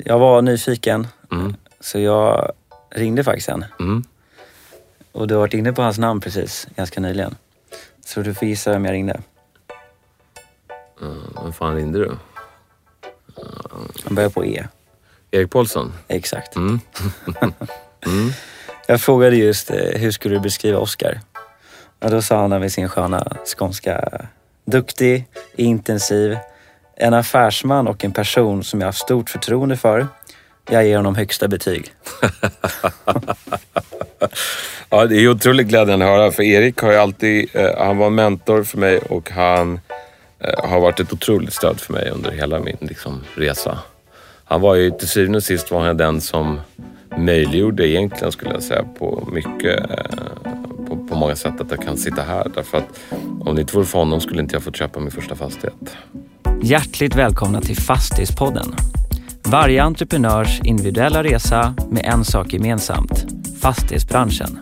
Jag var nyfiken. Så jag ringde faktiskt en. Och du har varit inne på hans namn precis, ganska nyligen. Så du får gissa vem jag ringde. Vem fan ringde du? Han börjar på E. Erik Paulsson? Exakt. Jag frågade just, hur skulle du beskriva Oscar? Och då sa han med sin sköna skånska: duktig, intensiv, en affärsman och en person som jag har stort förtroende för. Jag ger honom högsta betyg. Ja, det är otroligt glädjande att höra. För Erik har ju alltid, han var mentor för mig och han har varit ett otroligt stöd för mig under hela min resa. Han var ju till syvende och sist var han den som möjliggjorde egentligen, skulle jag säga, på mycket, på många sätt att jag kan sitta här. Därför att om det inte vore för honom skulle inte jag fått köpa min första fastighet. Hjärtligt välkomna till Fastighetspodden. Varje entreprenörs individuella resa med en sak gemensamt: fastighetsbranschen.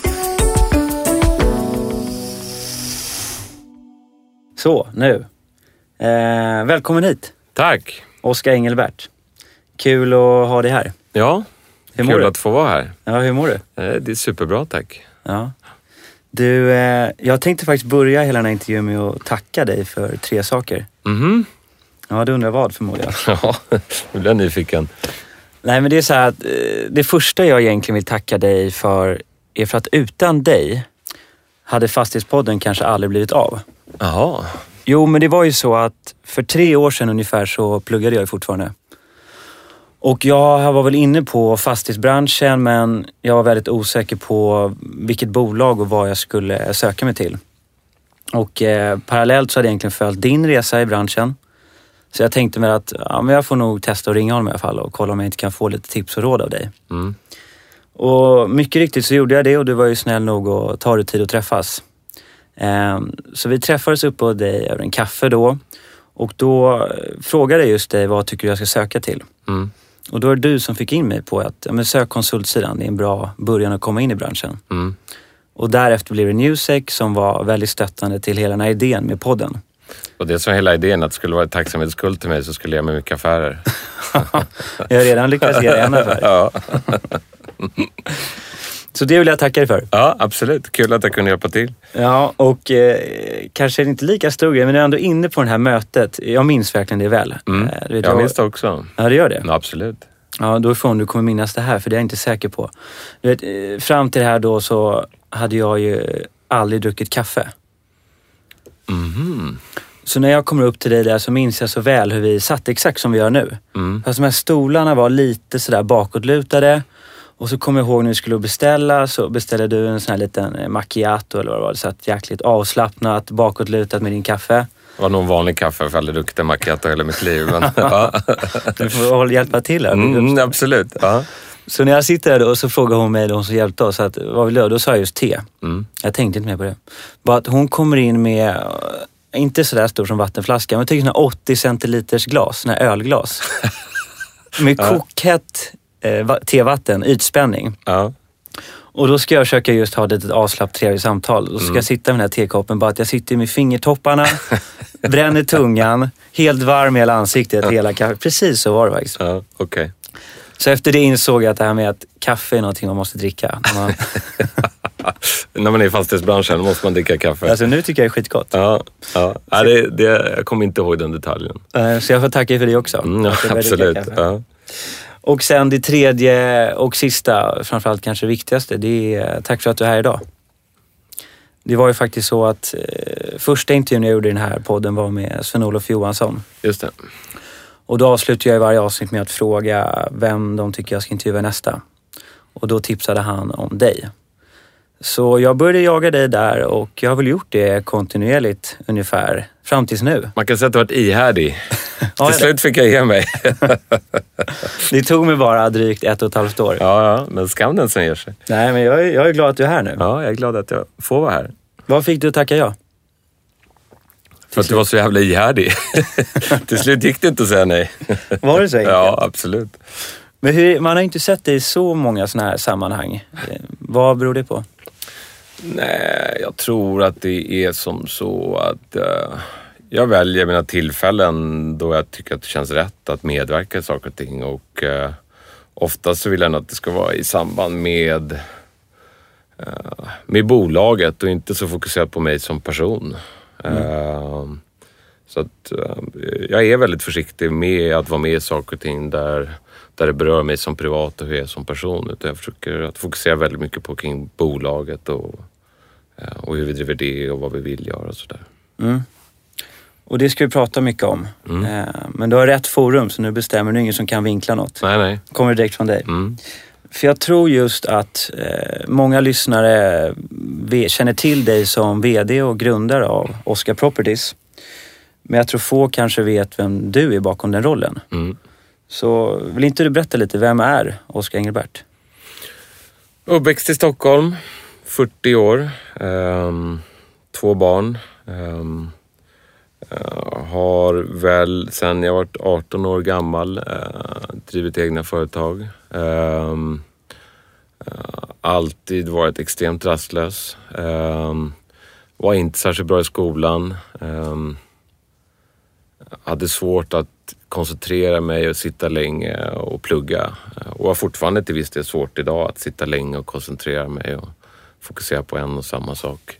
Så, nu. Välkommen hit. Tack. Oscar Engelbert. Kul att ha dig här. Ja, kul att få vara här. Ja, hur mår du? Det är superbra, tack. Ja. Du, jag tänkte faktiskt börja hela den här intervjun med att tacka dig för 3 saker. Ja, du undrar vad förmodligen. Ja, nu blir jag nyfiken. Nej, men det är så här att det första jag egentligen vill tacka dig för är för att utan dig hade Fastighetspodden kanske aldrig blivit av. Jaha. Jo, men det var ju så att för 3 år sedan ungefär så pluggade jag fortfarande. Och jag var väl inne på fastighetsbranschen, men jag var väldigt osäker på vilket bolag och vad jag skulle söka mig till. Och parallellt så hade jag egentligen följt din resa i branschen. Så jag tänkte mig att men jag får nog testa att ringa honom i alla fall och kolla om jag inte kan få lite tips och råd av dig. Och mycket riktigt så gjorde jag det, och du var ju snäll nog att ta dig tid att träffas. Så vi träffades upp på dig över en kaffe då. Och då frågade jag just dig, vad tycker du jag ska söka till? Och då är det du som fick in mig på att sök konsultsidan, det är en bra början att komma in i branschen. Och därefter blev det Newsec som var väldigt stöttande till hela den här idén med podden. Och det som hela idén, att det skulle vara ett tacksamhetsskuld till mig, så skulle jag med mycket affärer. Jag har redan lyckats ge en affär. Ja. Så det vill jag tacka dig för. Ja, absolut. Kul att jag kunde hjälpa till. Ja, och kanske är det inte lika stor grej, men jag är ändå inne på det här mötet. Jag minns verkligen det väl. Jag minns det också. Ja, det gör det. Ja, absolut. Ja, då får du kommer minnas det här, för det är jag inte säker på. Du vet, fram till det här då så hade jag ju aldrig druckit kaffe. Så när jag kommer upp till dig där så minns jag så väl hur vi satt exakt som vi gör nu. Fast de här stolarna var lite sådär bakåtlutade. Och så kommer jag ihåg när vi skulle beställa, så beställde du en sån här liten macchiato eller vad det var. Det satt jäkligt avslappnat, bakåtlutat med din kaffe. Det var nog vanlig kaffe, för jag hade druckit macchiato hela mitt liv. Men, Du får hjälpa till här. Absolut, ja. Så när jag sitter där då, och så frågar hon mig, hon som hjälpte oss, att, vad vill du? Då sa jag just te. Jag tänkte inte mer på det. Bara att hon kommer in med, inte sådär stor som vattenflaska, men jag tycker sådana 80 centiliters glas, sådana ölglas. Med kokhett tevatten, ytspänning. Ja. Och då ska jag försöka just ha ett avslappnat trevligt samtal. Då ska jag sitta med den här tekoppen, bara att jag sitter med fingertopparna, bränner tungan, helt varm i hela ansiktet, hela kaffe. Precis så var det faktiskt. Ja, okej. Så efter det insåg jag att det här med att kaffe är någonting man måste dricka. När man är i fastighetsbranschen måste man dricka kaffe. Alltså nu tycker jag det är skitgott. Ja. Jag kommer inte ihåg den detaljen. Så jag får tacka för det också. Absolut. Ja. Och sen det tredje och sista, framförallt kanske viktigaste, det är tack för att du är här idag. Det var ju faktiskt så att första intervjun jag gjorde i den här podden var med Sven-Olof Johansson. Just det. Och då avslutar jag i varje avsnitt med att fråga vem de tycker jag ska intervjua nästa. Och då tipsade han om dig. Så jag började jaga dig där, och jag har väl gjort det kontinuerligt ungefär fram tills nu. Man kan säga att du har varit ihärdig. Till slut fick jag ge mig. Det tog mig bara drygt 1,5 år. Ja, men skam den som ger sig. Nej, men jag är glad att du är här nu. Ja, jag är glad att jag får vara här. Vad fick du att tacka ja? För att du var så jävla ihärdig. Till slut gick det inte att säga nej. Var det så enkelt? Ja, absolut. Men man har inte sett dig i så många såna här sammanhang. Vad beror det på? Nej, jag tror att det är som så att Jag väljer mina tillfällen då jag tycker att det känns rätt att medverka i saker och ting. Och oftast så vill jag att det ska vara i samband med bolaget och inte så fokuserat på mig som person. Så att jag är väldigt försiktig med att vara med i saker och ting där det berör mig som privat och hur jag är som person. Utan jag försöker att fokusera väldigt mycket på kring bolaget och hur vi driver det och vad vi vill göra och sådär. Och det ska vi prata mycket om. Men du har rätt forum, så nu bestämmer du ingen som kan vinkla något. Nej. Kommer direkt från dig. För jag tror just att många lyssnare känner till dig som vd och grundare av Oscar Properties. Men jag tror få kanske vet vem du är bakom den rollen. Så vill inte du berätta lite, vem är Oscar Engelbert? Uppväxt i Stockholm, 40 år, 2 barn. Har väl sen jag var 18 år gammal drivit egna företag. Alltid varit extremt rastlös. Var inte särskilt bra i skolan. Hade svårt att koncentrera mig och sitta länge och plugga. Och har fortfarande till viss del svårt idag att sitta länge och koncentrera mig och fokusera på en och samma sak.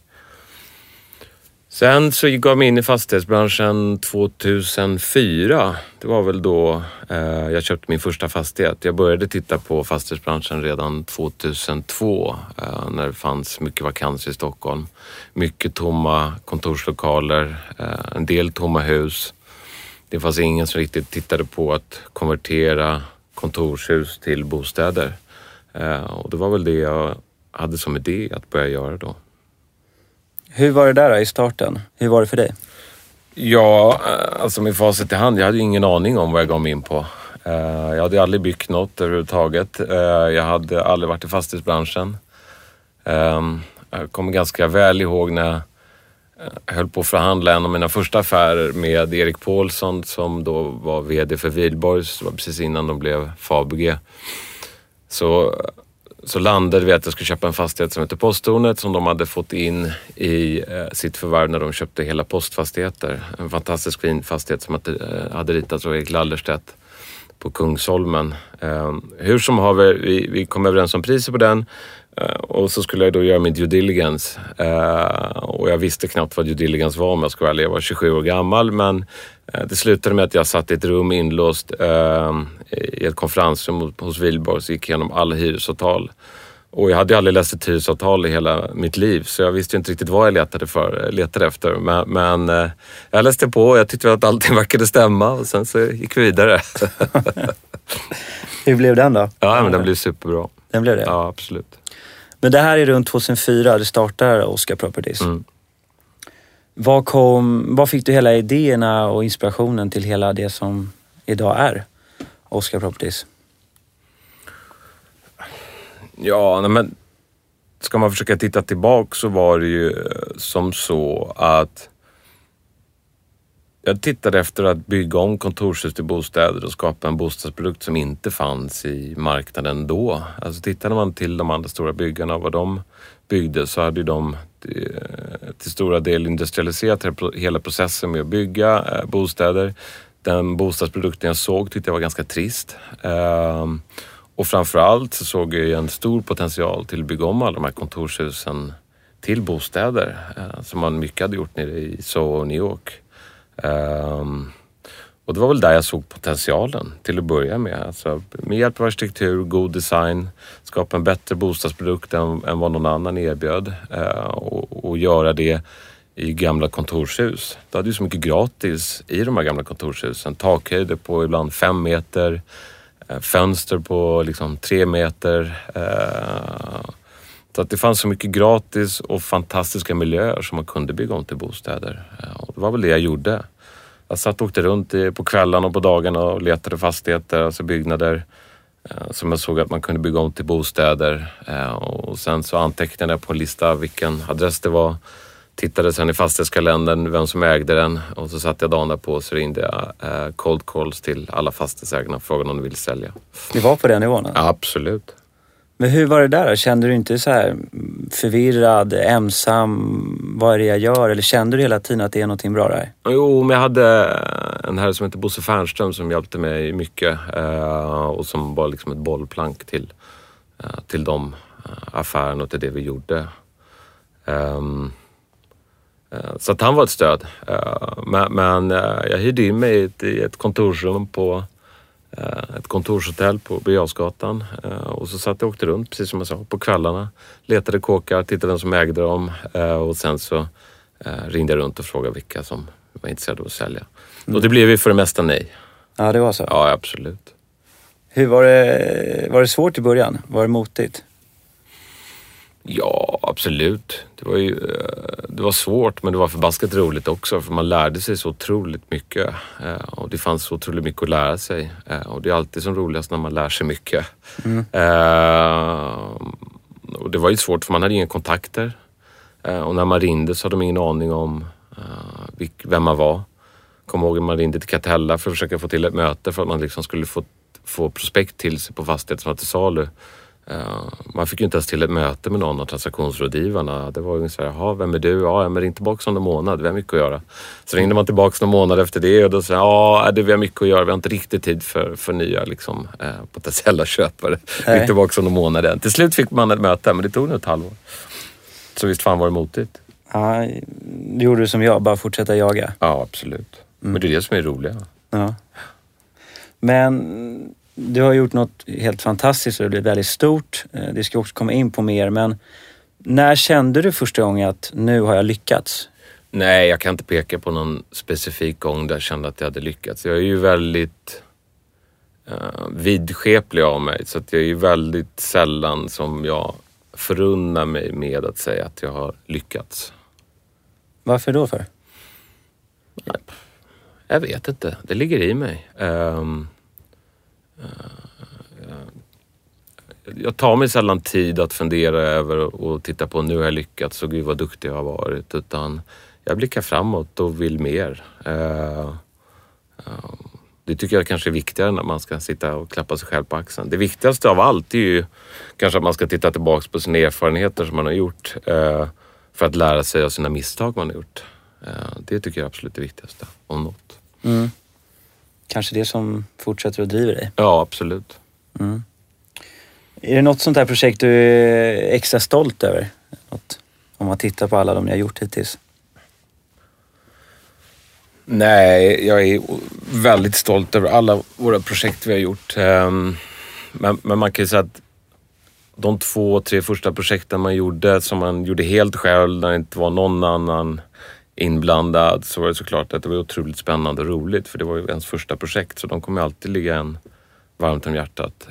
Sen så gav jag mig in i fastighetsbranschen 2004. Det var väl då jag köpte min första fastighet. Jag började titta på fastighetsbranschen redan 2002 när det fanns mycket vakanser i Stockholm. Mycket tomma kontorslokaler, en del tomma hus. Det fanns ingen som riktigt tittade på att konvertera kontorshus till bostäder. Och det var väl det jag hade som idé att börja göra då. Hur var det där i starten? Hur var det för dig? Ja, alltså med facit i hand, jag hade ju ingen aning om vad jag gav mig in på. Jag hade aldrig byggt något överhuvudtaget. Jag hade aldrig varit i fastighetsbranschen. Jag kommer ganska väl ihåg när jag höll på att förhandla en av mina första affärer med Erik Paulsson som då var vd för Wihlborgs. Det var precis innan de blev Fabege. Så landade vi att jag skulle köpa en fastighet som heter Posttornet som de hade fått in i sitt förvärv när de köpte hela Postfastigheter. En fantastisk fin fastighet som hade ritats av Erik Lallerstedt på Kungsholmen. Hur som haver, vi kom överens om priser på den och så skulle jag då göra min due diligence. Och jag visste knappt vad due diligence var om jag skulle välja. Jag var 27 år gammal men det slutade med att jag satt i ett rum inlåst i ett konferensrum hos Wihlborgs och gick igenom alla hyresavtal. Och jag hade aldrig läst ett hyresavtal i hela mitt liv så jag visste inte riktigt vad jag letade efter. Men jag läste på och jag tyckte att allting verkade stämma och sen så gick vi vidare. Hur blev den då? Ja, men den blev superbra. Den blev det? Ja, absolut. Men det här är runt 2004, det startar Oscar Properties. Vad fick du hela idéerna och inspirationen till hela det som idag är Oscar Properties? Ja, men ska man försöka titta tillbaka så var det ju som så att jag tittade efter att bygga om kontorshus till bostäder och skapa en bostadsprodukt som inte fanns i marknaden då. Alltså tittade man till de andra stora byggarna och vad de byggde så hade de till stora del industrialiserat hela processen med att bygga bostäder. Den bostadsprodukten jag såg tyckte jag var ganska trist. Och framförallt så såg jag en stor potential till att bygga om alla de här kontorshusen till bostäder som man mycket hade gjort nere i Soho och New York. Och det var väl där jag såg potentialen till att börja med. Alltså, med hjälp av arkitektur, god design, skapa en bättre bostadsprodukt än vad någon annan erbjöd och göra det i gamla kontorshus. Det hade ju så mycket gratis i de här gamla kontorshusen. Takhöjder på ibland 5 meter, fönster på liksom 3 meter. Så att det fanns så mycket gratis och fantastiska miljöer som man kunde bygga om till bostäder. Och det var väl det jag gjorde. Jag satt och åkte runt på kvällarna och på dagarna och letade fastigheter, alltså byggnader som jag såg att man kunde bygga om till bostäder. Och sen så antecknade jag på en lista vilken adress det var. Tittade sen i fastighetskalendern vem som ägde den och så satt jag dagen därpå och så ringde jag cold calls till alla fastighetsägarna och frågade om de ville sälja. Det var på den nivån? Ja, absolut. Men hur var det där då? Kände du inte så här förvirrad, ensam, vad är det jag gör? Eller kände du hela tiden att det är någonting bra där? Jo, men jag hade en herre som heter Bosse Fernström som hjälpte mig mycket och som var liksom ett bollplank till de affärerna och till det vi gjorde. Så att han var ett stöd. Men jag hyrde in mig i ett kontorsrum på ett kontorshotell på Birger Jarlsgatan. Och så satt jag och åkte runt, precis som jag sa, på kvällarna. Letade kåkar, tittade vem som ägde dem. Och sen så ringde jag runt och frågade vilka som var intresserade av att sälja. Och det blev ju för det mesta nej. Ja, det var så? Ja, absolut. Hur var det svårt i början? Var det motigt? Ja, absolut. Det var svårt, men det var förbaskat roligt också. För man lärde sig så otroligt mycket. Och det fanns så otroligt mycket att lära sig. Och det är alltid som roligast när man lär sig mycket. Och det var ju svårt för man hade inga kontakter. Och när man ringde så hade de ingen aning om vem man var. Kom ihåg att man ringde till Catella för att försöka få till ett möte för att man liksom skulle få prospekt till sig på fastighet som var till salu. Man fick ju inte ens till ett möte med någon av transaktionsrådgivarna. Det var ju så här, vem är du? Ja, men ring tillbaka om en månad, vi har mycket att göra. Så ringde man tillbaka någon månad efter det och då sa vi har mycket att göra, vi har inte riktigt tid för nya liksom, potentiella köpare. Ring tillbaka om en månad än. Till slut fick man ett möte, men det tog nog ett halvår. Så visst fan var det motigt. Ja, det gjorde du som jag, bara fortsätta jaga. Ja, absolut. Men det är det som är roliga. Ja. Men du har gjort något helt fantastiskt och det blev väldigt stort. Det ska också komma in på mer, men när kände du första gången att nu har jag lyckats? Nej, jag kan inte peka på någon specifik gång där jag kände att jag hade lyckats. Jag är ju väldigt vidskeplig av mig, så att jag är ju väldigt sällan som jag förunnar mig med att säga att jag har lyckats. Varför då för? Jag vet inte, det ligger i mig. Jag tar mig sällan tid att fundera över och titta på nu har jag lyckats och gud vad duktig jag har varit, utan jag blickar framåt och vill mer. Det tycker jag kanske är viktigare när man ska sitta och klappa sig själv på axeln. Det viktigaste av allt är ju kanske att man ska titta tillbaka på sina erfarenheter som man har gjort för att lära sig av sina misstag man har gjort. Det tycker jag är absolut det viktigaste om något. Mm. Kanske det som fortsätter att driva dig? Ja, absolut. Mm. Är det något sånt här projekt du är extra stolt över? Om man tittar på alla de ni har gjort hittills. Nej, jag är väldigt stolt över alla våra projekt vi har gjort. Men man kan ju säga att de 2-3 första projekten man gjorde som man gjorde helt själv när det inte var någon annan inblandad, så var det såklart att det var otroligt spännande och roligt, för det var ju ens första projekt, så de kommer alltid ligga en varmt om hjärtat.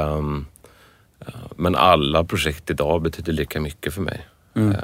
Men alla projekt idag betyder lika mycket för mig.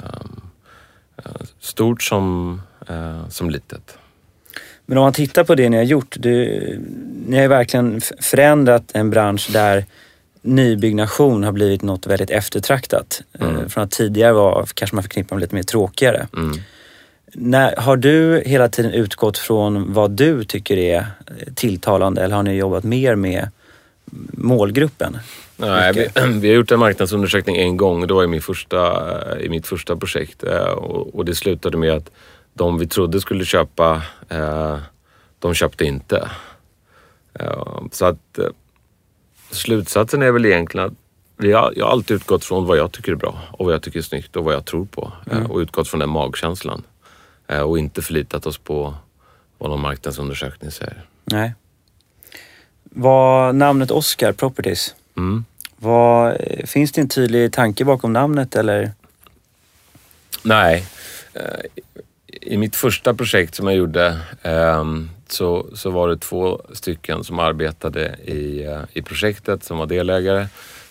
Stort som litet. Men om man tittar på det ni har gjort, ni har ju verkligen förändrat en bransch där nybyggnation har blivit något väldigt eftertraktat. Från att tidigare var kanske man förknippar med lite mer tråkigare. Har du hela tiden utgått från vad du tycker är tilltalande, eller har ni jobbat mer med målgruppen? Nej, vi har gjort en marknadsundersökning en gång, det var i mitt första projekt, och det slutade med att de vi trodde skulle köpa, de köpte inte. Så att slutsatsen är väl egentligen att jag har alltid utgått från vad jag tycker är bra och vad jag tycker är snyggt och vad jag tror på, och utgått från den magkänslan och inte förlitat oss på vad någon marknadsundersökning säger. Nej. Vad namnet Oscar Properties? Finns det en tydlig tanke bakom namnet eller? Nej. I mitt första projekt som jag gjorde så var det 2 stycken som arbetade i projektet som var delägare.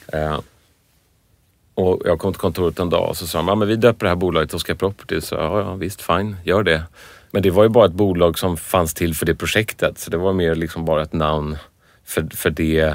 Och jag kom till kontoret en dag och så sa de, men vi döper det här bolaget Oscar Properties. Så ja visst, fine, gör det. Men det var ju bara ett bolag som fanns till för det projektet. Så det var mer liksom bara ett namn för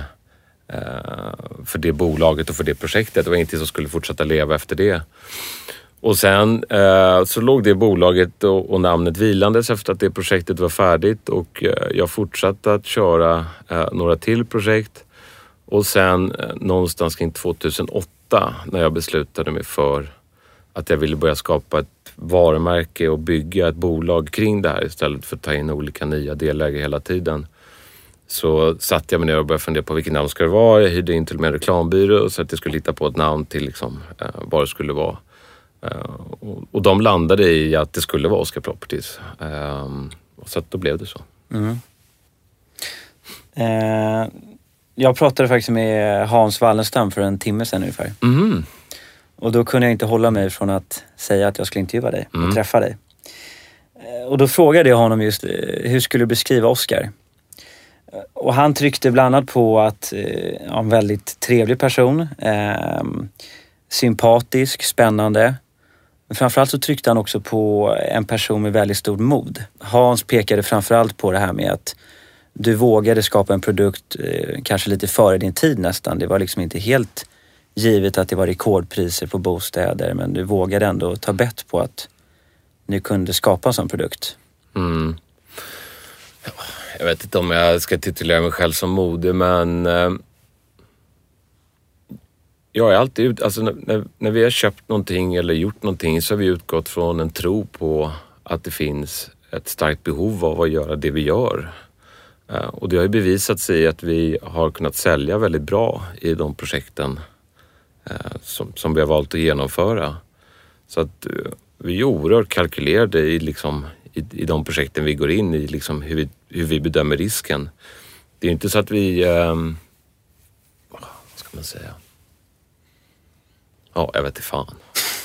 det bolaget och för det projektet. Det var ingenting som skulle fortsätta leva efter det. Och sen så låg det bolaget och namnet vilandes efter att det projektet var färdigt, och jag fortsatte att köra några till projekt. Och sen någonstans kring 2008 när jag beslutade mig för att jag ville börja skapa ett varumärke och bygga ett bolag kring det här istället för att ta in olika nya delägare hela tiden. Så satt jag mig ner och började fundera på vilket namn ska det vara. Jag hyrde in till och med en reklambyrå så att jag skulle hitta på ett namn till liksom, vad det skulle vara. Och de landade i att det skulle vara Oscar Properties. Så att då blev det så. Mm. Jag pratade faktiskt med Hans Wallenstam för en timme sedan ungefär. Mm. Och då kunde jag inte hålla mig från att säga att jag skulle intervjua dig och träffa dig. Och då frågade jag honom just, hur skulle du beskriva Oscar? Och han tryckte bland annat på att en väldigt trevlig person, sympatisk, spännande. Men framförallt så tryckte han också på en person med väldigt stort mod. Hans pekade framförallt på det här med att du vågade skapa en produkt kanske lite före din tid nästan. Det var liksom inte helt givet att det var rekordpriser på bostäder, men du vågade ändå ta bett på att ni kunde skapa en sån produkt. Mm. Jag vet inte om jag ska titulera mig själv som modig, men jag är alltid alltså när vi har köpt någonting eller gjort någonting så har vi utgått från en tro på att det finns ett starkt behov av att göra det vi gör. Och det har ju bevisat sig att vi har kunnat sälja väldigt bra i de projekten som vi har valt att genomföra. Så att vi är oerhört kalkylerade i de projekten vi går in i, liksom hur vi bedömer risken. Det är inte så att vi, vad ska man säga? Ja, jag vet inte fan.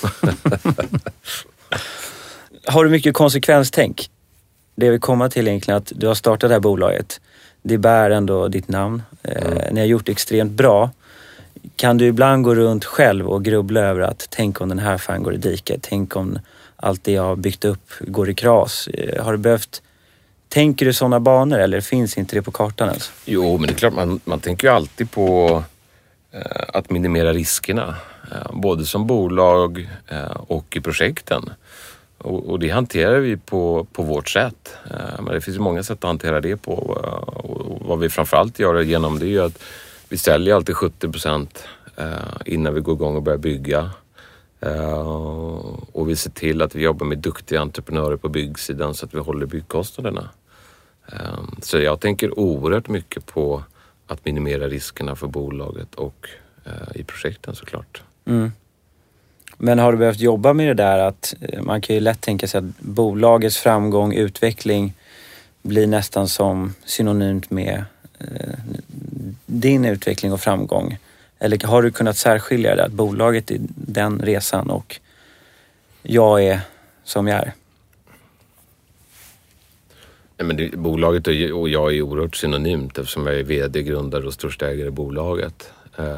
Har du mycket konsekvenstänk? Det jag vill komma till egentligen att du har startat det här bolaget. Det bär ändå ditt namn. Ni har gjort extremt bra. Kan du ibland gå runt själv och grubbla över att tänk om den här fan går i diket? Tänk om allt det jag har byggt upp går i kras? Har du behövt... Tänker du sådana banor eller finns inte det på kartan ens? Jo, men det är klart man tänker ju alltid på att minimera riskerna. Både som bolag och i projekten. Och det hanterar vi på vårt sätt. Men det finns ju många sätt att hantera det på. Och vad vi framförallt gör genom det är ju att vi säljer alltid 70% innan vi går igång och börjar bygga. Och vi ser till att vi jobbar med duktiga entreprenörer på byggsidan så att vi håller byggkostnaderna. Så jag tänker oerhört mycket på att minimera riskerna för bolaget och i projekten såklart. Mm. Men har du behövt jobba med det där att man kan ju lätt tänka sig att bolagets framgång, utveckling blir nästan som synonymt med din utveckling och framgång? Eller har du kunnat särskilja det att bolaget är den resan och jag är som jag är? Nej, men bolaget och jag är oerhört synonymt eftersom jag är vd, grundare och största ägare i bolaget.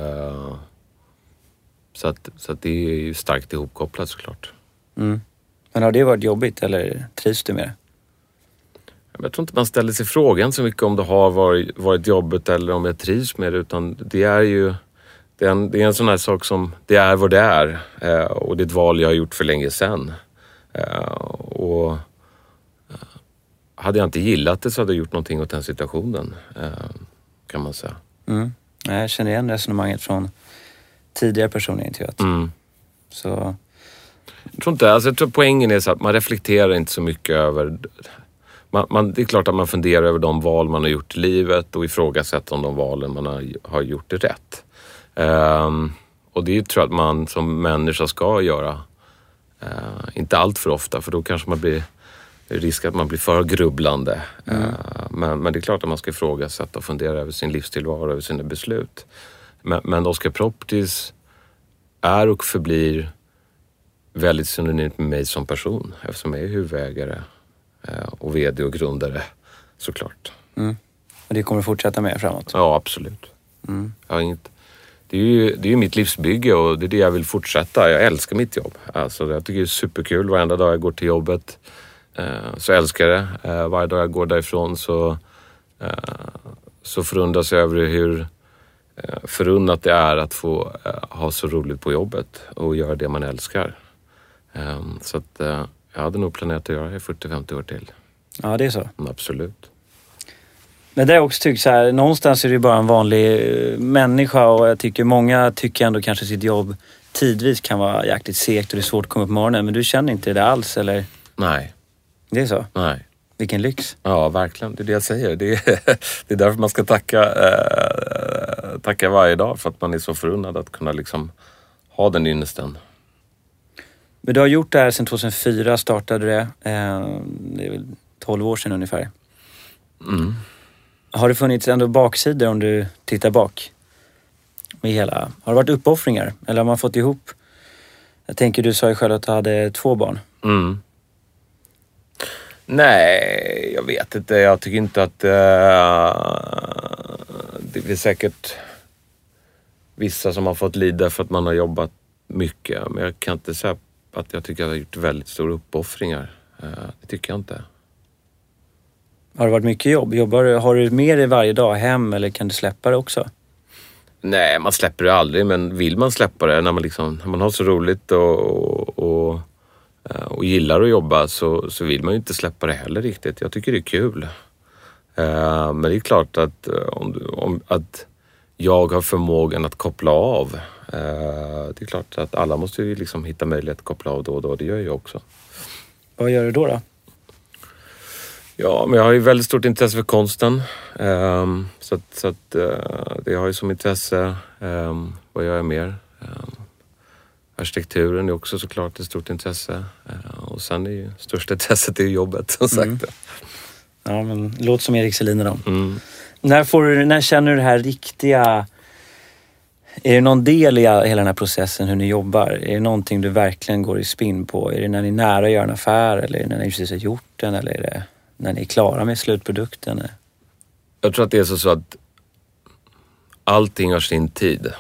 Så att det är ju starkt ihopkopplat såklart. Mm. Men har det varit jobbigt eller trivs du med det? Jag tror inte man ställer sig frågan så mycket om det har varit jobbigt eller om jag trivs med det, utan det är ju det är en sån här sak som det är vad det är och det är ett val jag har gjort för länge sedan. Och hade jag inte gillat det så hade jag gjort någonting åt den situationen, kan man säga. Mm. Jag känner igen resonemanget från tidigare personer intervjuat. Mm. Så... Jag tror inte, alltså jag tror poängen är så att man reflekterar inte så mycket över... det är klart att man funderar över de val man har gjort i livet och ifrågasätter om de valen man har gjort är rätt. Och det tror jag att man som människa ska göra. Inte allt för ofta, för då kanske man blir risk att man blir för grubblande. Men det är klart att man ska ifrågasätta och fundera över sin livstillvaro, över sina beslut. Men Oscar Properties är och förblir väldigt synonymt med mig som person, eftersom jag är huvudägare och vd och grundare, såklart. Mm. Och det kommer fortsätta med framåt? Ja, absolut. Det är ju mitt livsbygge och det är det jag vill fortsätta. Jag älskar mitt jobb. Alltså, jag tycker det är superkul varenda dag jag går till jobbet. Så älskar jag det. Varje dag jag går därifrån så förundras jag över hur förunnat det är att få ha så roligt på jobbet och göra det man älskar. Så att jag hade nog planerat att göra det i 40-50 år till. Ja, det är så. Absolut. Men det är också tyckt så här, någonstans är det bara en vanlig människa och jag tycker många tycker ändå kanske sitt jobb tidvis kan vara jäkligt segt och det är svårt att komma upp på morgonen. Men du känner inte det alls, eller? Nej. Det är så? Nej. Vilken lyx. Ja, verkligen. Det är det jag säger. Det är därför man ska tacka varje dag, för att man är så förunnad att kunna liksom ha den ynnesten. Men du har gjort det här sedan 2004, startade det. Det är väl 12 år sedan ungefär. Mm. Har det funnits ändå baksidor om du tittar bak? Med hela, har det varit uppoffringar? Eller har man fått ihop? Jag tänker, du sa ju själv att du hade 2 barn. Mm. Nej, jag vet inte. Jag tycker inte att det blir säkert vissa som har fått lida för att man har jobbat mycket. Men jag kan inte säga att jag tycker att jag har gjort väldigt stora uppoffringar. Det tycker jag inte. Har det varit mycket jobb? Har du med dig varje dag hem eller kan du släppa det också? Nej, man släpper det aldrig, men vill man släppa det när man har så roligt och gillar att jobba så vill man ju inte släppa det heller riktigt. Jag tycker det är kul. Men det är klart att att jag har förmågan att koppla av. Det är klart att alla måste ju liksom hitta möjlighet att koppla av då och då. Det gör jag också. Vad gör du då? Ja, men jag har ju väldigt stort intresse för konsten. Så att det har ju som intresse. Vad gör jag mer? Arkitekturen är också såklart ett stort intresse. Och sen är ju största intresset är jobbet, som sagt. Ja, men låt som Erik Selin då. Mm. När känner du det här riktiga... Är det någon del i hela den här processen hur ni jobbar? Är det någonting du verkligen går i spinn på? Är det när ni är nära att göra en affär? Eller är det när ni precis har gjort den? Eller är det när ni är klara med slutprodukten? Jag tror att det är så att allting har sin tid.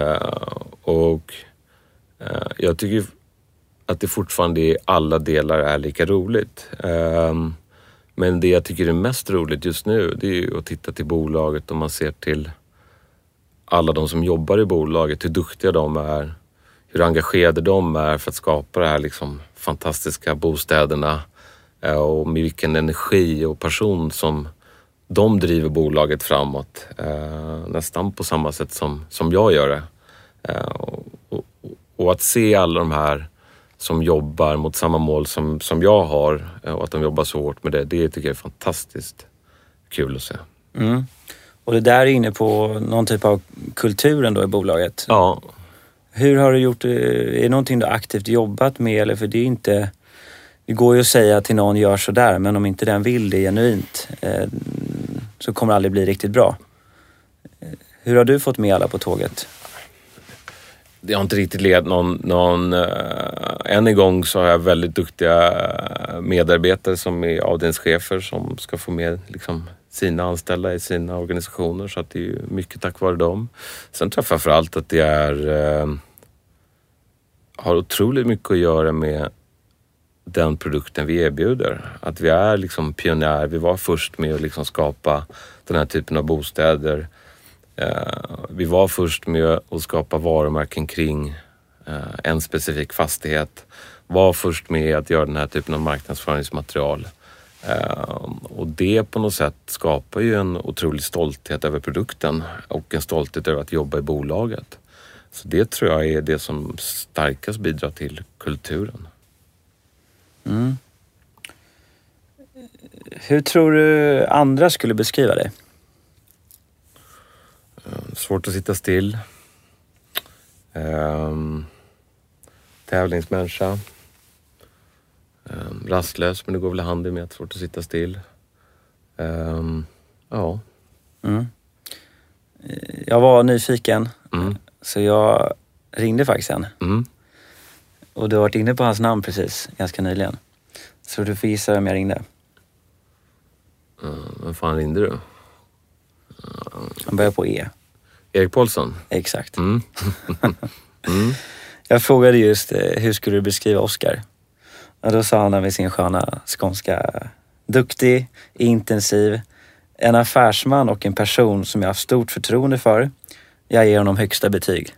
Jag tycker att det fortfarande i alla delar är lika roligt. Men det jag tycker är mest roligt just nu, det är ju att titta till bolaget och man ser till alla de som jobbar i bolaget, hur duktiga de är, hur engagerade de är för att skapa det här liksom fantastiska bostäderna och med vilken energi och passion som de driver bolaget framåt. Nästan på samma sätt som jag gör det. Och att se alla de här som jobbar mot samma mål som jag har och att de jobbar så hårt med det tycker jag är fantastiskt kul att se. Mm. Och det där är inne på någon typ av kulturen då i bolaget. Ja. Hur har du gjort? Är det någonting du aktivt jobbat med? Eller för det är inte... Det går ju att säga till någon gör så där, men om inte den vill det genuint så kommer det aldrig bli riktigt bra. Hur har du fått med alla på tåget? Jag har inte riktigt led någon än en gång så har jag väldigt duktiga medarbetare som är avdelningschefer som ska få med liksom sina anställda i sina organisationer, så att det är ju mycket tack vare dem. Sen tror jag framförallt att det har otroligt mycket att göra med den produkten vi erbjuder. Att vi är liksom pionjär, vi var först med att liksom skapa den här typen av bostäder. Vi var först med att skapa varumärken kring en specifik fastighet. Var först med att göra den här typen av marknadsföringsmaterial. Och det på något sätt skapar ju en otrolig stolthet över produkten och en stolthet över att jobba i bolaget. Så det tror jag är det som starkast bidrar till kulturen. Mm. Hur tror du andra skulle beskriva dig? Svårt att sitta still. Tävlingsmänniska. Rastlös, men det går väl hand i med att svårt att sitta still. Ja. Mm. Jag var nyfiken. Så jag ringde faktiskt en. Och du har varit inne på hans namn precis, ganska nyligen. Så du får gissa vem jag ringde. Vem fan ringde du? Han börjar på E. Erik Paulsson? Exakt. Jag frågade just, hur skulle du beskriva Oscar? Och då sa han med sin sköna skånska: duktig, intensiv, en affärsman och en person som jag har stort förtroende för. Jag ger honom högsta betyg.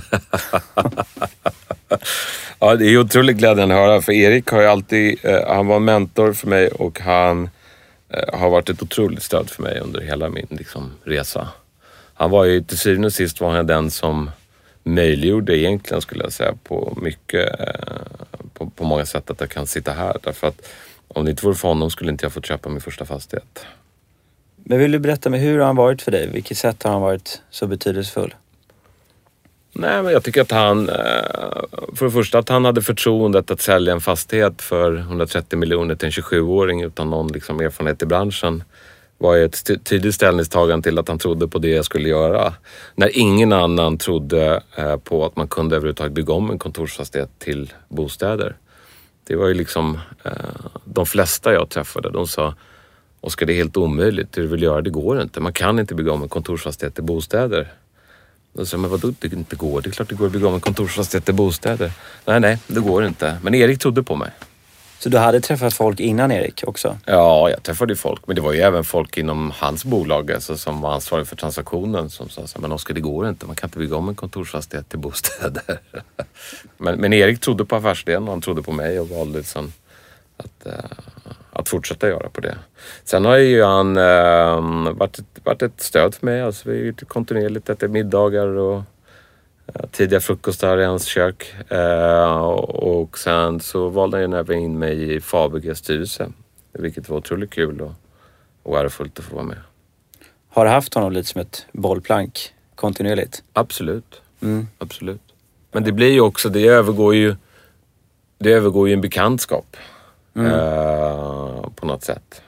Ja, det är otroligt glädjande att höra, för Erik har ju alltid, han var mentor för mig och han har varit ett otroligt stöd för mig under hela min liksom, resa. Han var ju till syvende och sist var han den som möjliggjorde egentligen, skulle jag säga, på mycket, på många sätt att jag kan sitta här. Därför att om det inte vore för honom skulle inte jag fått köpa min första fastighet. Men vill du berätta mig hur har han varit för dig? Vilket sätt har han varit så betydelsefull? Nej, men jag tycker att han, för det första att han hade förtroendet att sälja en fastighet för 130 miljoner till en 27-åring utan någon liksom erfarenhet i branschen var ett tydligt ställningstagande till att han trodde på det jag skulle göra. När ingen annan trodde på att man kunde överhuvudtaget bygga om en kontorsfastighet till bostäder. Det var ju liksom, de flesta jag träffade, de sa Oskar, det är helt omöjligt, det du vill göra det går inte. Man kan inte bygga om en kontorsfastighet till bostäder. Och så, men vadå det inte går? Det är klart det går att bygga om en kontorsfastighet till bostäder. Nej, det går inte. Men Erik trodde på mig. Så du hade träffat folk innan Erik också? Ja, jag träffade ju folk. Men det var ju även folk inom hans bolag alltså, som var ansvarig för transaktionen som sa så, men Oskar, det går inte. Man kan inte bygga om en kontorsfastighet till bostäder. men Erik trodde på affärsidén och han trodde på mig och valde liksom att fortsätta göra på det. Sen har ju han varit ett stöd för mig. Alltså, vi är kontinuerligt äter middagar och tidiga frukostar i hans kök. Och sen så valde han även in mig i Fabeges styrelse. Vilket var otroligt kul och ärofullt att få vara med. Har du haft honom lite som ett bollplank kontinuerligt? Absolut. Absolut. Men det blir ju också, det övergår ju en bekantskap. På något sätt.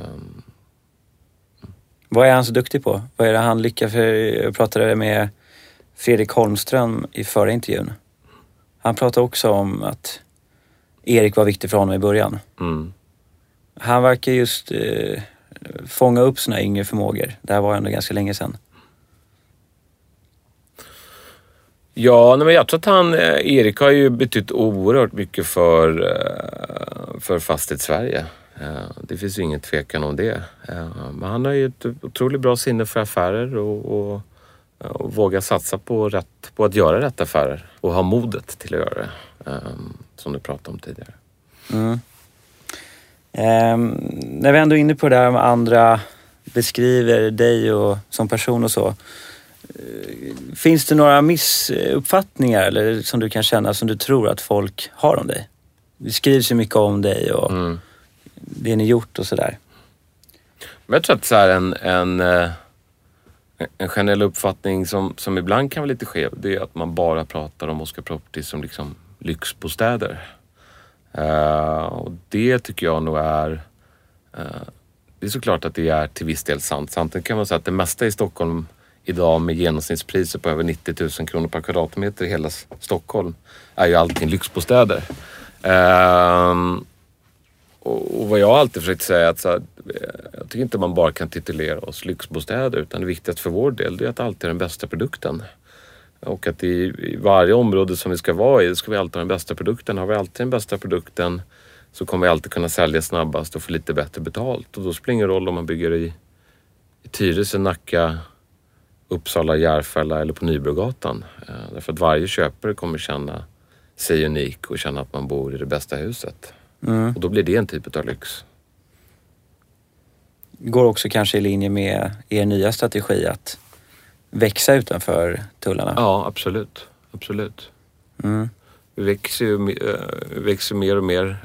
Vad är han så duktig på? Vad är det han lyckas för? Jag pratade med Fredrik Holmström i förra intervjun. Han pratade också om att Erik var viktig för honom i början. Han verkar just fånga upp såna yngre förmågor. Det här var ändå ganska länge sedan. Ja, men jag tror att Erik har ju betytt oerhört mycket för Fastighetssverige. Det finns ju ingen tvekan om det. Men han har ju ett otroligt bra sinne för affärer och våga satsa på att göra rätt affärer. Och ha modet till att göra det. Som du pratade om tidigare. När vi ändå är inne på det här med andra beskriver dig och som person och så. Finns det några missuppfattningar eller som du kan känna som du tror att folk har om dig? Det skrivs ju mycket om dig och det ni gjort och sådär. Men jag tror att så här en generell uppfattning som ibland kan vara lite skev, det är att man bara pratar om Oscar Properties som liksom lyxbostäder. Och det tycker jag nog är det är såklart att det är till viss del sant. Samtidigt kan man säga att det mesta i Stockholm idag med genomsnittspriser på över 90 000 kronor per kvadratmeter i hela Stockholm är ju allting lyxbostäder. Och vad jag alltid försökt säga är att så här, jag tycker inte man bara kan titulera oss lyxbostäder utan det viktigaste för vår del det är att alltid är den bästa produkten. Och att i varje område som vi ska vara i ska vi alltid ha den bästa produkten. Har vi alltid den bästa produkten så kommer vi alltid kunna sälja snabbast och få lite bättre betalt. Och då spelar det ingen roll om man bygger i Tyresö, Nacka, Uppsala, Järfälla eller på Nybrogatan. Därför att varje köpare kommer känna sig unik och känna att man bor i det bästa huset. Och då blir det en typ av lyx. Går också kanske i linje med er nya strategi att växa utanför tullarna? Ja, absolut. Absolut. Vi växer mer och mer.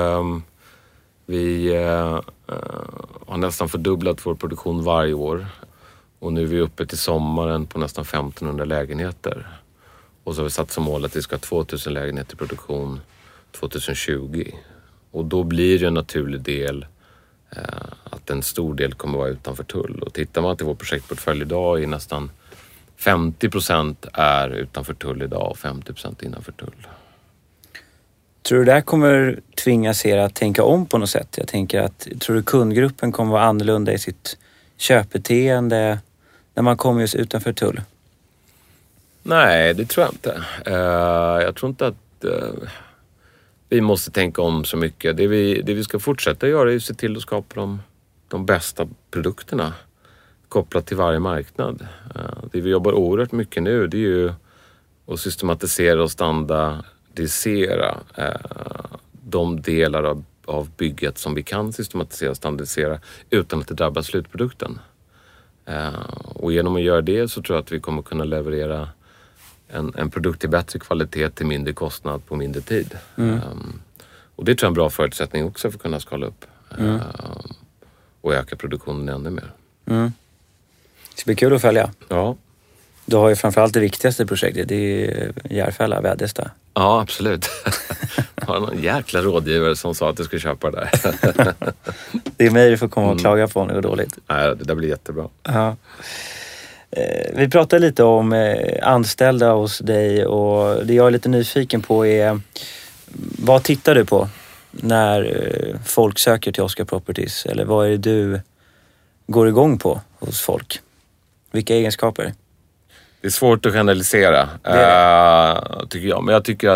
Vi har nästan fördubblat vår produktion varje år. Och nu är vi uppe till sommaren på nästan 1500 lägenheter. Och så har vi satt som mål att vi ska ha 2000 lägenheter i produktion 2020. Och då blir det en naturlig del att en stor del kommer vara utanför tull. Och tittar man till vår projektportfölj idag är nästan 50% är utanför tull idag och 50% innanför tull. Tror du det här kommer tvingas er att tänka om på något sätt? Jag tänker att, tror du kundgruppen kommer vara annorlunda i sitt köpbeteende när man kommer just utanför tull? Nej, det tror jag inte. Jag tror inte att vi måste tänka om så mycket. Det vi ska fortsätta göra är att se till att skapa de bästa produkterna kopplat till varje marknad. Det vi jobbar oerhört mycket nu det är ju att systematisera och standardisera de delar av av bygget som vi kan systematisera och standardisera utan att det drabbar slutprodukten. Och genom att göra det så tror jag att vi kommer kunna leverera en produkt till bättre kvalitet till mindre kostnad på mindre tid. Och det tror jag är en bra förutsättning också för att kunna skala upp och öka produktionen ännu mer. Det ska bli kul att följa. Ja. Du har ju framförallt det viktigaste projektet, det är Järfälla, Väderstad. Ja, absolut. Jag har någon jäkla rådgivare som sa att du skulle köpa det där. Det är mig du får komma och klaga på om det går dåligt. Nej, det där blir jättebra. Ja. Vi pratade lite om anställda hos dig och det jag är lite nyfiken på är vad tittar du på när folk söker till Oscar Properties? Eller vad är det du går igång på hos folk? Vilka egenskaper? Det är svårt att generalisera, tycker jag. Men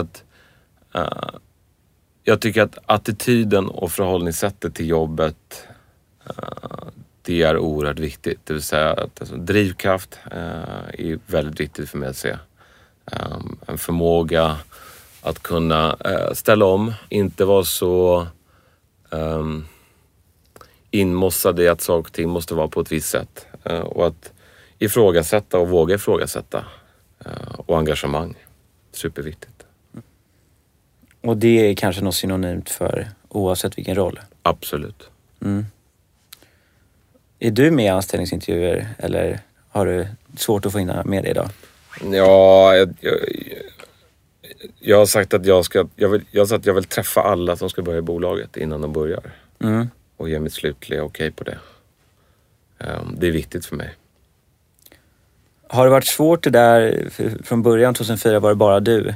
jag tycker att attityden och förhållningssättet till jobbet, det är oerhört viktigt. Det vill säga att drivkraft är väldigt viktigt för mig att se. En förmåga att kunna ställa om, inte vara så inmossad i att saker och ting måste vara på ett visst sätt. Och att ifrågasätta och våga ifrågasätta. Och engagemang. Superviktigt. Och det är kanske något synonymt för oavsett vilken roll? Absolut. Är du med i anställningsintervjuer eller har du svårt att få in med det idag? Ja, jag har sagt att jag vill träffa alla som ska börja i bolaget innan de börjar. Och ge mitt slutliga okej på det. Det är viktigt för mig. Har det varit svårt det där, från början 2004 var det bara du,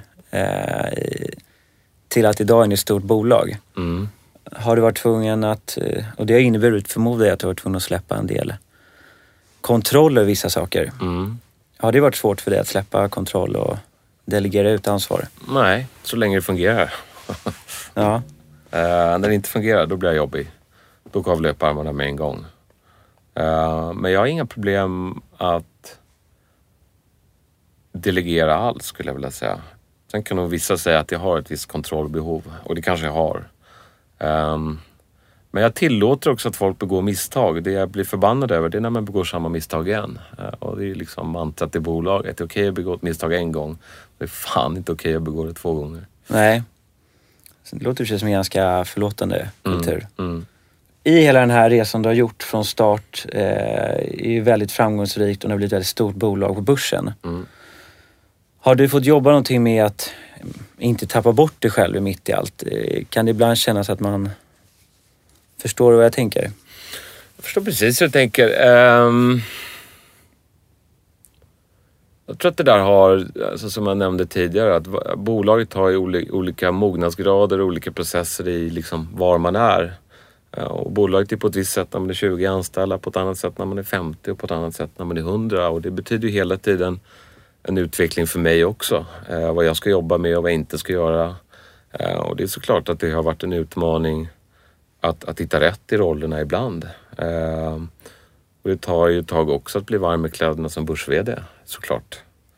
till att idag är ni ett stort bolag? Har du varit tvungen att, och det har inneburit förmodar jag att du har varit tvungen att släppa en del kontroll över vissa saker. Har det varit svårt för dig att släppa kontroll och delegera ut ansvar? Nej, så länge det fungerar. Ja. När det inte fungerar, då blir jag jobbig. Då kavlar jag upp armarna med en gång. Men jag har inga problem att delegera alls, skulle jag vilja säga. Sen kan nog vissa säga att jag har ett visst kontrollbehov. Och det kanske jag har. Men jag tillåter också att folk begår misstag. Det jag blir förbannad över, det är när man begår samma misstag igen. Och det är liksom mantrat i bolaget. Det är okej att begå ett misstag en gång. Det är fan inte okej att begå det 2 gånger. Nej. Det låter ju som en ganska förlåtande kultur. I hela den här resan du har gjort från start är ju väldigt framgångsrikt och det har blivit ett väldigt stort bolag på börsen. Har du fått jobba någonting med att inte tappa bort dig själv mitt i allt? Kan det ibland kännas att man förstår vad jag tänker? Jag förstår precis hur du tänker. Jag tror att det där har, alltså som jag nämnde tidigare, att bolaget har ju olika mognadsgrader och olika processer i liksom var man är. Och bolaget är på ett visst sätt när man är 20 anställda, på ett annat sätt när man är 50 och på ett annat sätt när man är 100. Och det betyder ju hela tiden en utveckling för mig också. Vad jag ska jobba med och vad jag inte ska göra. Och det är såklart att det har varit en utmaning att hitta rätt i rollerna ibland. Och det tar ju ett tag också att bli varm med kläderna som börs-vd, såklart.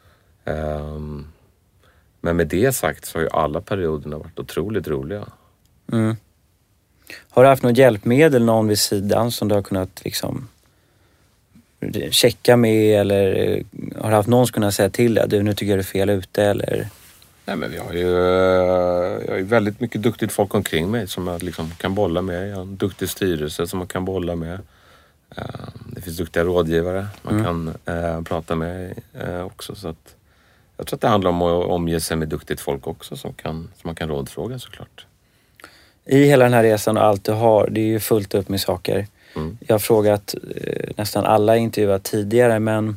Men med det sagt så har ju alla perioderna varit otroligt roliga. Har du haft något hjälpmedel, någon vid sidan som du har kunnat liksom checka med, eller har du haft någon som kunnat säga till dig, du nu tycker jag är fel ute, eller? Nej, men jag har ju väldigt mycket duktigt folk omkring mig som jag liksom kan bolla med. Jag har en duktig styrelse som man kan bolla med. Det finns duktiga rådgivare man kan prata med också. Så att jag tror att det handlar om att omge sig med duktigt folk också som man kan rådfråga, såklart. I hela den här resan och allt du har, det är ju fullt upp med saker. Jag har frågat nästan alla intervjuat tidigare, men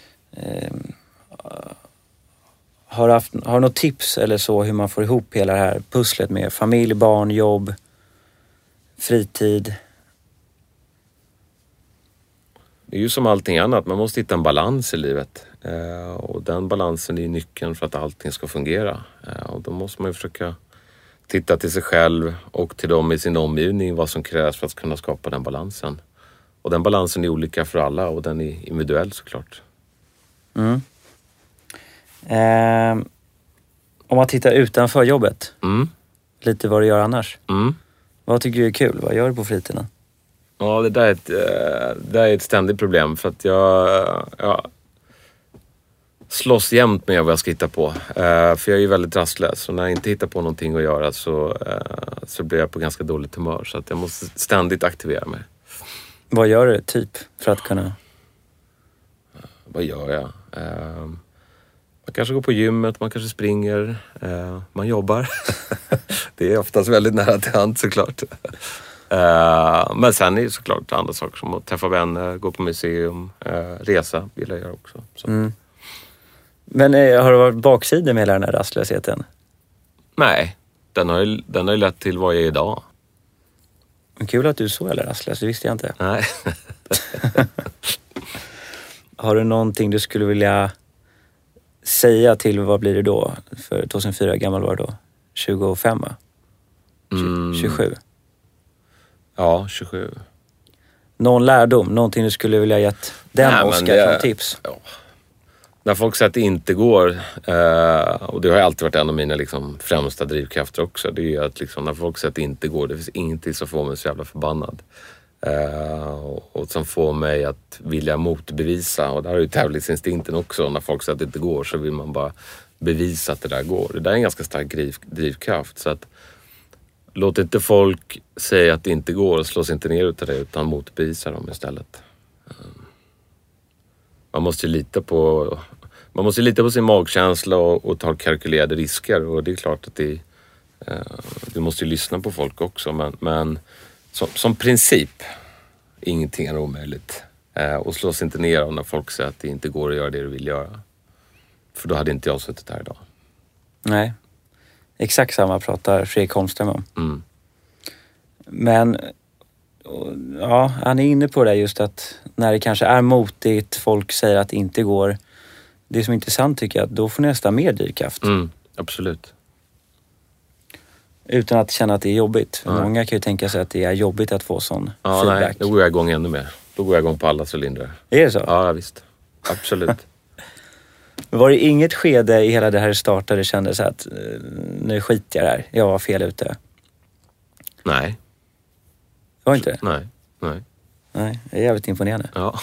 har du något tips eller så hur man får ihop hela det här pusslet med familj, barn, jobb, fritid? Det är ju som allting annat, man måste hitta en balans i livet. Och den balansen är nyckeln för att allting ska fungera. Och då måste man ju försöka titta till sig själv och till dem i sin omgivning vad som krävs för att kunna skapa den balansen. Och den balansen är olika för alla och den är individuell, såklart. Om man tittar utanför jobbet, lite vad du gör annars. Vad tycker du är kul? Vad gör du på fritiden? Ja, det där är ett ständigt problem för att jag slåss jämt med vad jag ska hitta på. För jag är ju väldigt rastlös och när jag inte hittar på någonting att göra så blir jag på ganska dåligt humör. Så att jag måste ständigt aktivera mig. Vad gör du typ för att kunna... Vad gör jag? Man kanske går på gymmet, man kanske springer, man jobbar. Det är oftast väldigt nära till hand såklart. Men sen är det såklart andra saker som att träffa vänner, gå på museum, resa vill jag göra också. Så. Mm. Men har det varit baksidor med hela den här rastlösheten? Nej, den har ju lett till vad jag är idag. Men kul att du är så eller rastlös, det visste jag inte. Nej. Har du någonting du skulle vilja säga till, vad blir det då? För 2004 gammal var det då? 25 va? 27? Ja, 27. Någon lärdom, någonting du skulle vilja gett den Oskar som tips? Ja. När folk säger att det inte går, och det har alltid varit en av mina liksom, främsta drivkrafter också, det är ju att liksom, när folk säger att det inte går, det finns ingenting som får mig så jävla förbannad. Och som får mig att vilja motbevisa, och där har ju tävlingsinstinkten också, när folk säger att det inte går så vill man bara bevisa att det där går. Det där är en ganska stark drivkraft, så att låt inte folk säga att det inte går och slås inte ner utav det, utan motbevisa dem istället. Man måste lita på sin magkänsla och ta kalkylerade risker, och det är klart att du måste ju lyssna på folk också, men som princip ingenting är omöjligt. Och slås inte ner av när folk säger att det inte går att göra det du vill göra. För då hade inte jag suttit här idag. Nej, exakt samma pratar Fredrik Holmström om. Mm. Men ja, han är inne på det just att när det kanske är motigt, folk säger att det inte går. Det som är intressant tycker jag att då får ni nästan mer drivkraft. Absolut. Utan att känna att det är jobbigt. För många kan ju tänka sig att det är jobbigt att få sån feedback. Nej, då går jag igång ännu mer. Då går jag igång på alla cylindrar. Är det så? Ja, visst. Absolut. Var det inget skede i hela det här startade kändes att nu skiter jag där, jag var fel ute? Nej. Var inte det? Nej. Nej, det är jävligt imponerande. Ja.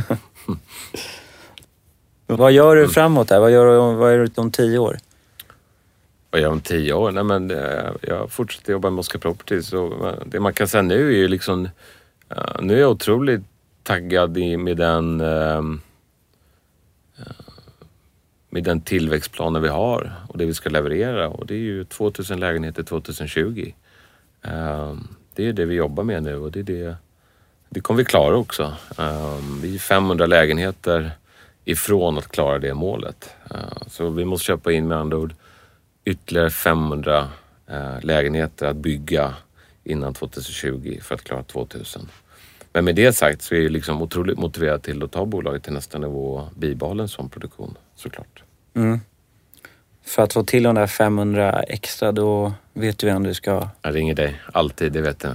Vad gör du framåt där? Vad gör du om 10 år? Vad gör jag om 10 år? Nej, men jag fortsätter jobba med Oscar Properties. Och det man kan säga nu är ju liksom... Nu är jag otroligt taggad med den tillväxtplanen vi har och det vi ska leverera. Och det är ju 2000 lägenheter 2020. Det är det vi jobbar med nu och det kommer vi klara också. Vi är 500 lägenheter ifrån att klara det målet. Så vi måste köpa in med andra ord ytterligare 500 lägenheter att bygga innan 2020 för att klara 2000. Men med det sagt så är jag liksom otroligt motiverad till att ta bolaget till nästa nivå och bibehålla en sån produktion, såklart. Mm. För att få till de där 500 extra, då vet du vem du ska... Jag ringer dig, alltid, det vet du.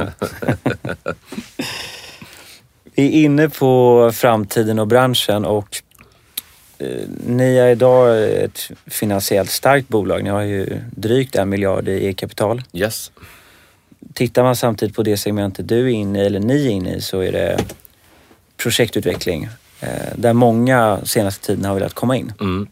Vi är inne på framtiden och branschen och ni är idag ett finansiellt starkt bolag. Ni har ju drygt 1 miljard i e-kapital. Yes. Tittar man samtidigt på det segmentet du är inne i, eller ni är inne i, så är det projektutveckling. Där många senaste tiden har velat komma in. Mm.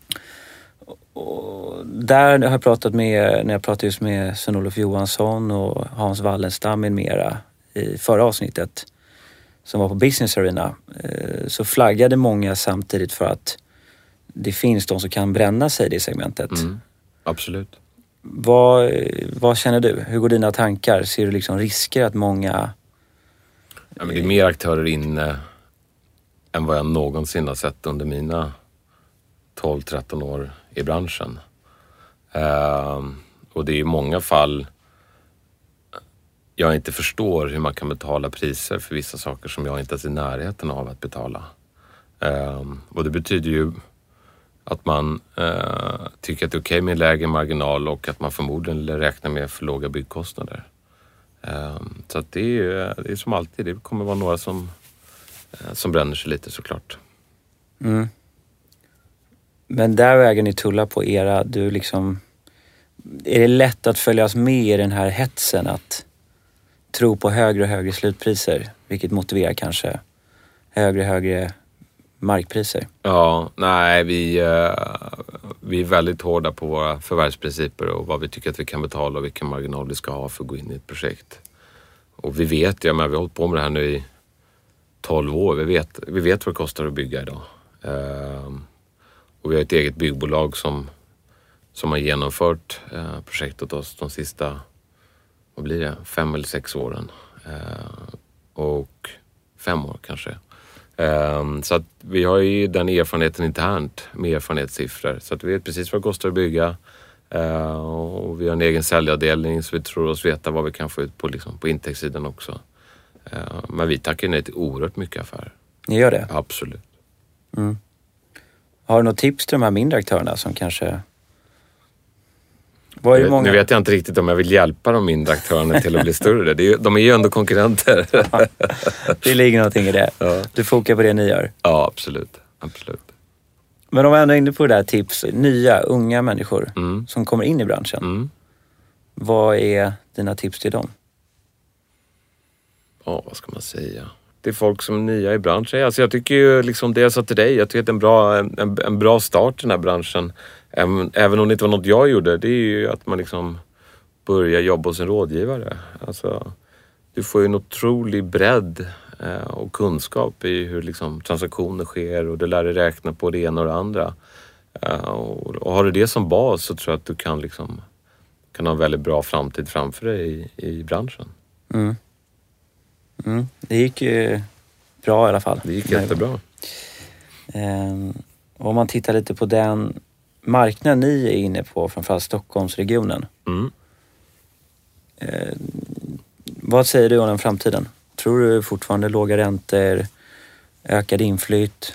Och där har jag pratat med, när jag pratade just med Sven-Olof Johansson och Hans Wallenstam med mera i förra avsnittet som var på Business Arena, så flaggade många samtidigt för att det finns de som kan bränna sig i det segmentet. Mm. Absolut. Vad känner du? Hur går dina tankar? Ser du liksom risker att många... Ja, men det är mer aktörer inne än vad jag någonsin har sett under mina 12-13 år i branschen. Och det är i många fall jag inte förstår hur man kan betala priser för vissa saker som jag inte är i närheten av att betala. Och det betyder ju att man tycker att det är okej med lägre marginal och att man förmodligen räknar med för låga byggkostnader. Så att det är som alltid, det kommer vara några som bränner sig lite såklart. Mm. Men där väger ni tulla på era, du liksom... Är det lätt att följas med i den här hetsen att tror på högre och högre slutpriser, vilket motiverar kanske högre och högre markpriser. Ja, nej, vi är väldigt hårda på våra förvärvsprinciper och vad vi tycker att vi kan betala och vilken marginal vi ska ha för att gå in i ett projekt. Och vi vet, vi har hållit på med det här nu i 12 år. Vi vet vad det kostar att bygga idag. Och vi har ett eget byggbolag som har genomfört projektet åt oss de sista, 5 eller 6 åren. Och 5 år kanske. Så att vi har ju den erfarenheten internt med erfarenhetssiffror. Så att vi vet precis vad det kostar att bygga. Och vi har en egen säljavdelning så vi tror oss veta vad vi kan få ut på intäktssidan också. Men vi tackar nej till oerhört mycket affärer. Ni gör det? Absolut. Mm. Har du något tips till de här mindre aktörerna som kanske... Nu vet jag inte riktigt om jag vill hjälpa de mindre aktörerna till att bli större. De är ju ändå konkurrenter. Det ligger någonting i det. Ja. Du fokar på det ni gör. Ja, absolut. Men om jag ändå är inne på det här tips, nya, unga människor som kommer in i branschen. Mm. Vad är dina tips till dem? Ja, vad ska man säga? Det är folk som är nya i branschen. Alltså jag tycker ju liksom det jag sa till dig, jag tycker att en bra start i den här branschen, även om det inte var något jag gjorde, det är ju att man liksom börjar jobba hos en rådgivare. Alltså, du får ju en otrolig bredd och kunskap i hur liksom transaktioner sker och du lär dig räkna på det ena och det andra. Och har du det som bas så tror jag att du kan ha en väldigt bra framtid framför dig i branschen. Mm. Det gick ju bra i alla fall. Det gick jättebra. Om man tittar lite på den marknaden ni är inne på, framförallt Stockholmsregionen. Vad säger du om den framtiden? Tror du fortfarande låga räntor, ökad inflytt?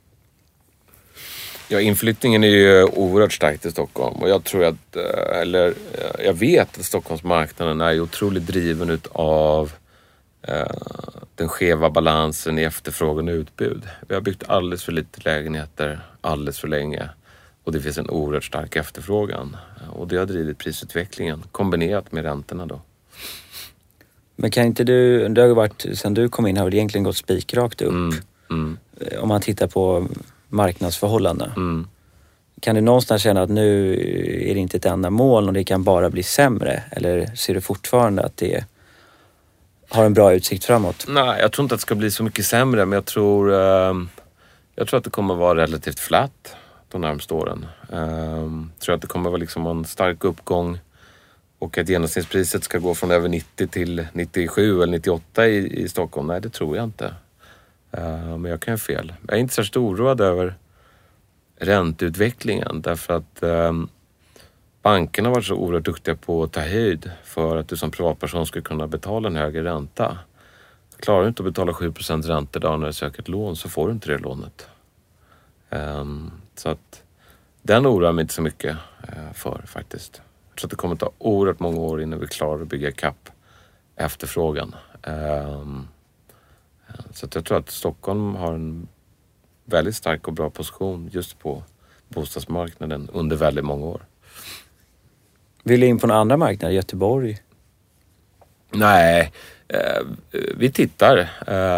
Ja, inflyttningen är ju oerhört starkt i Stockholm och jag tror jag vet att Stockholmsmarknaden är otroligt driven utav den skeva balansen i efterfrågan och utbud. Vi har byggt alldeles för lite lägenheter alldeles för länge och det finns en oerhört stark efterfrågan och det har drivit prisutvecklingen kombinerat med räntorna då. Men kan inte det har ju varit, sen du kom in har väl egentligen gått spikrakt upp om man tittar på marknadsförhållandena. Kan du någonstans känna att nu är det inte ett enda mål och det kan bara bli sämre, eller ser du fortfarande att det har en bra utsikt framåt? Nej, jag tror inte att det ska bli så mycket sämre, men jag tror att det kommer vara relativt flat de närmaste åren. Jag tror att det kommer vara liksom en stark uppgång och att genomsnittspriset ska gå från över 90 till 97 eller 98 i Stockholm. Nej, det tror jag inte. Men jag kan ha fel. Jag är inte särskilt oroad över ränteutvecklingen därför att bankerna har varit så oerhört duktiga på att ta höjd för att du som privatperson ska kunna betala en högre ränta. Klarar du inte att betala 7% ränta idag när du söker ett lån så får du inte det lånet. Så att den oroar mig inte så mycket för faktiskt. Jag tror att det kommer ta oerhört många år innan vi klarar att bygga kapp efterfrågan. Så att jag tror att Stockholm har en väldigt stark och bra position just på bostadsmarknaden under väldigt många år. Vill du in på några andra marknader? Göteborg? Nej, vi tittar.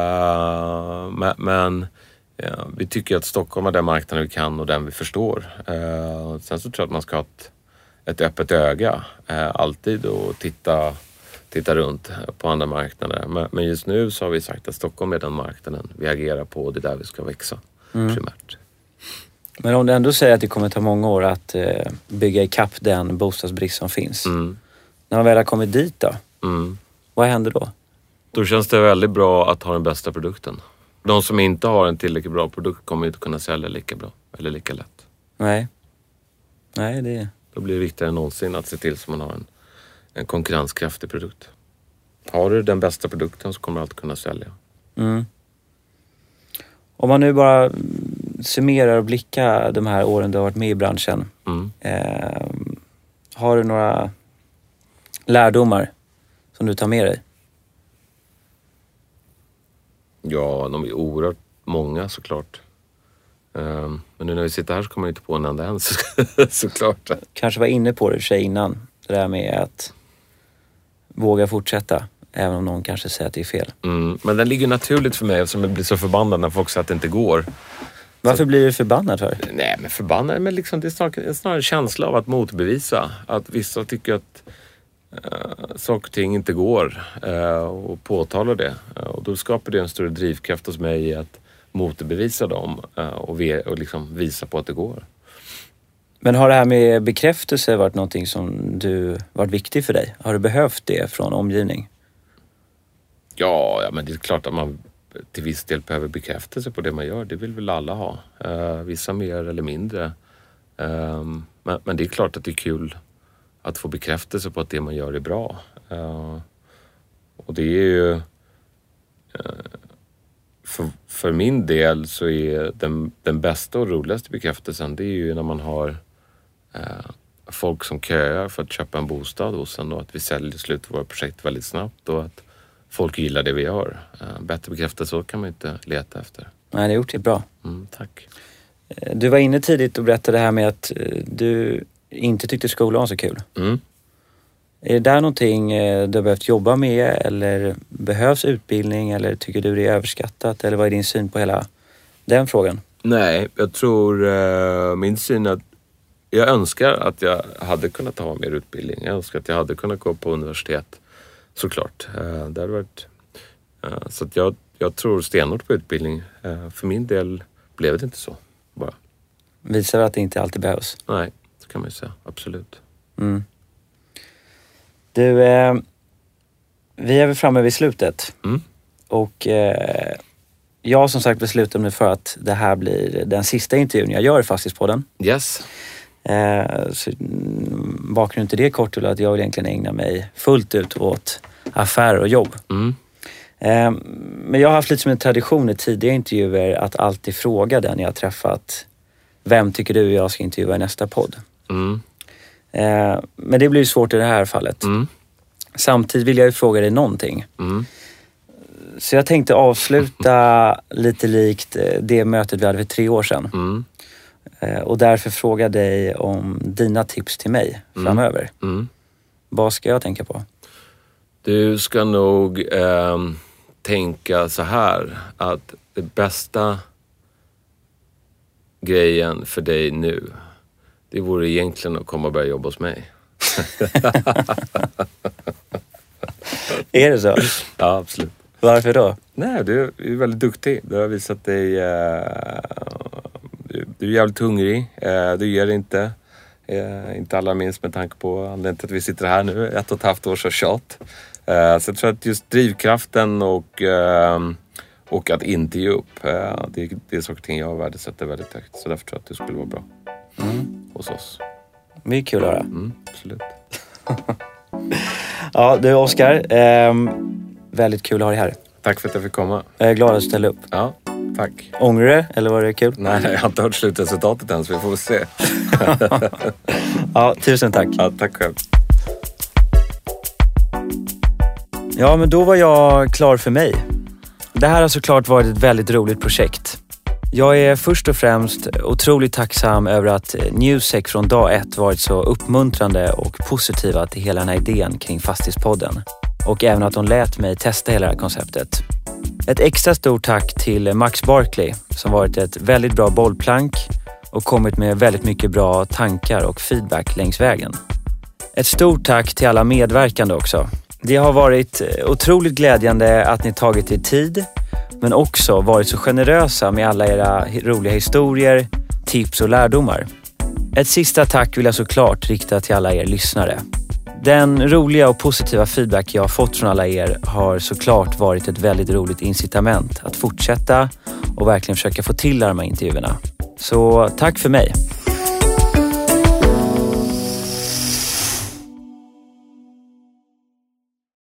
Men vi tycker att Stockholm är den marknaden vi kan och den vi förstår. Sen så tror jag att man ska ha ett öppet öga alltid och titta runt på andra marknader. Men just nu så har vi sagt att Stockholm är den marknaden vi agerar på och det är där vi ska växa primärt. Men om du ändå säger att det kommer ta många år att bygga i kapp den bostadsbrist som finns. När man väl har kommit dit då? Vad händer då? Då känns det väldigt bra att ha den bästa produkten. De som inte har en tillräckligt bra produkt kommer inte kunna sälja lika bra eller lika lätt. Nej, det... Då blir det viktigare än någonsin att se till så man har en konkurrenskraftig produkt. Har du den bästa produkten så kommer du alltid kunna sälja. Om man nu bara summerar och blickar de här åren du har varit med i branschen. Har du några lärdomar som du tar med dig? Ja, de är oerhört många såklart. Men nu när vi sitter här så kommer jag inte på en enda ens såklart. Kanske var inne på det för sig innan. Det där med att våga fortsätta. även om någon kanske säger att det är fel. Men den ligger naturligt för mig eftersom jag blir så förbannad när folk säger att det inte går. Varför blir du förbannad för? Nej, men förbannad, men liksom, det är snarare en känsla av att motbevisa. Att vissa tycker att saker och ting inte går och påtalar det. Och då skapar det en större drivkraft hos mig att motbevisa dem och liksom visa på att det går. Men har det här med bekräftelse varit någonting som varit viktigt för dig? Har du behövt det från omgivning? Ja, men det är klart att man till viss del behöver bekräftelse på det man gör. Det vill väl alla ha. Vissa mer eller mindre. Men det är klart att det är kul att få bekräftelse på att det man gör är bra. Och det är ju... För min del så är den bästa och roligaste bekräftelsen, det är ju när man har folk som köar för att köpa en bostad hos en och att vi säljer slut våra projekt väldigt snabbt och att folk gillar det vi gör. Bättre bekräftelse så kan man inte leta efter. Nej, det har gjort det bra. Tack. Du var inne tidigt och berättade det här med att du inte tyckte skolan var så kul. Är det där någonting du har behövt jobba med eller behövs utbildning eller tycker du det är överskattat eller vad är din syn på hela den frågan? Nej, jag tror min syn att jag önskar att jag hade kunnat ha mer utbildning. Jag önskar att jag hade kunnat gå på universitet såklart. Det hade varit, så att jag tror stenhårt på utbildning. För min del blev det inte så bara. Visar att det inte alltid behövs? Nej, det kan man ju säga. Absolut. Du, vi är väl framme vid slutet. Och jag har som sagt beslutat mig för att det här blir den sista intervjun jag gör i Fastighetspodden. Yes. Så bakgrunden till det kort är att jag egentligen ägnar mig fullt ut åt affärer och jobb. Men jag har haft lite som en tradition i tidigare intervjuer att alltid fråga den jag har träffat: vem tycker du jag ska intervjua i nästa podd? Men det blir svårt i det här fallet. Samtidigt vill jag ju fråga dig någonting. Så jag tänkte avsluta lite likt det mötet vi hade för 3 år sedan. Och därför fråga dig om dina tips till mig framöver. Vad ska jag tänka på? Du ska nog tänka så här, att det bästa grejen för dig nu, det vore egentligen att komma och börja jobba hos mig. Är det så? Ja, absolut. Varför då? Nej, du är väldigt duktig. Du har visat dig... Du är jävligt hungrig. Du ger inte. Inte alla minst med tanke på anledningen till att vi sitter här nu. 1,5 års tjat. Så jag tror att just drivkraften och att inte ge upp. Det är saker och ting jag värdesätter väldigt högt. Så därför tror jag att du skulle vara bra hos oss. Det är kul att höra. Absolut. Ja, du Oskar. Väldigt kul att ha dig här. Tack för att jag fick komma. Jag är glad att du ställde upp. Ja, tack. Ångrar du eller var det kul? Nej, jag har inte hört slutresultatet än så vi får väl se. Ja, tusen tack. Ja, tack själv. Ja, men då var jag klar för mig. Det här har såklart varit ett väldigt roligt projekt. Jag är först och främst otroligt tacksam över att Newsec från dag 1 varit så uppmuntrande och positiva till hela den här idén kring Fastighetspodden. Och även att de lät mig testa hela det här konceptet. Ett extra stort tack till Max Barkley som varit ett väldigt bra bollplank och kommit med väldigt mycket bra tankar och feedback längs vägen. Ett stort tack till alla medverkande också. Det har varit otroligt glädjande att ni tagit er tid, men också varit så generösa med alla era roliga historier, tips och lärdomar. Ett sista tack vill jag såklart rikta till alla er lyssnare. Den roliga och positiva feedback jag har fått från alla er har såklart varit ett väldigt roligt incitament att fortsätta och verkligen försöka få till de här intervjuerna. Så tack för mig.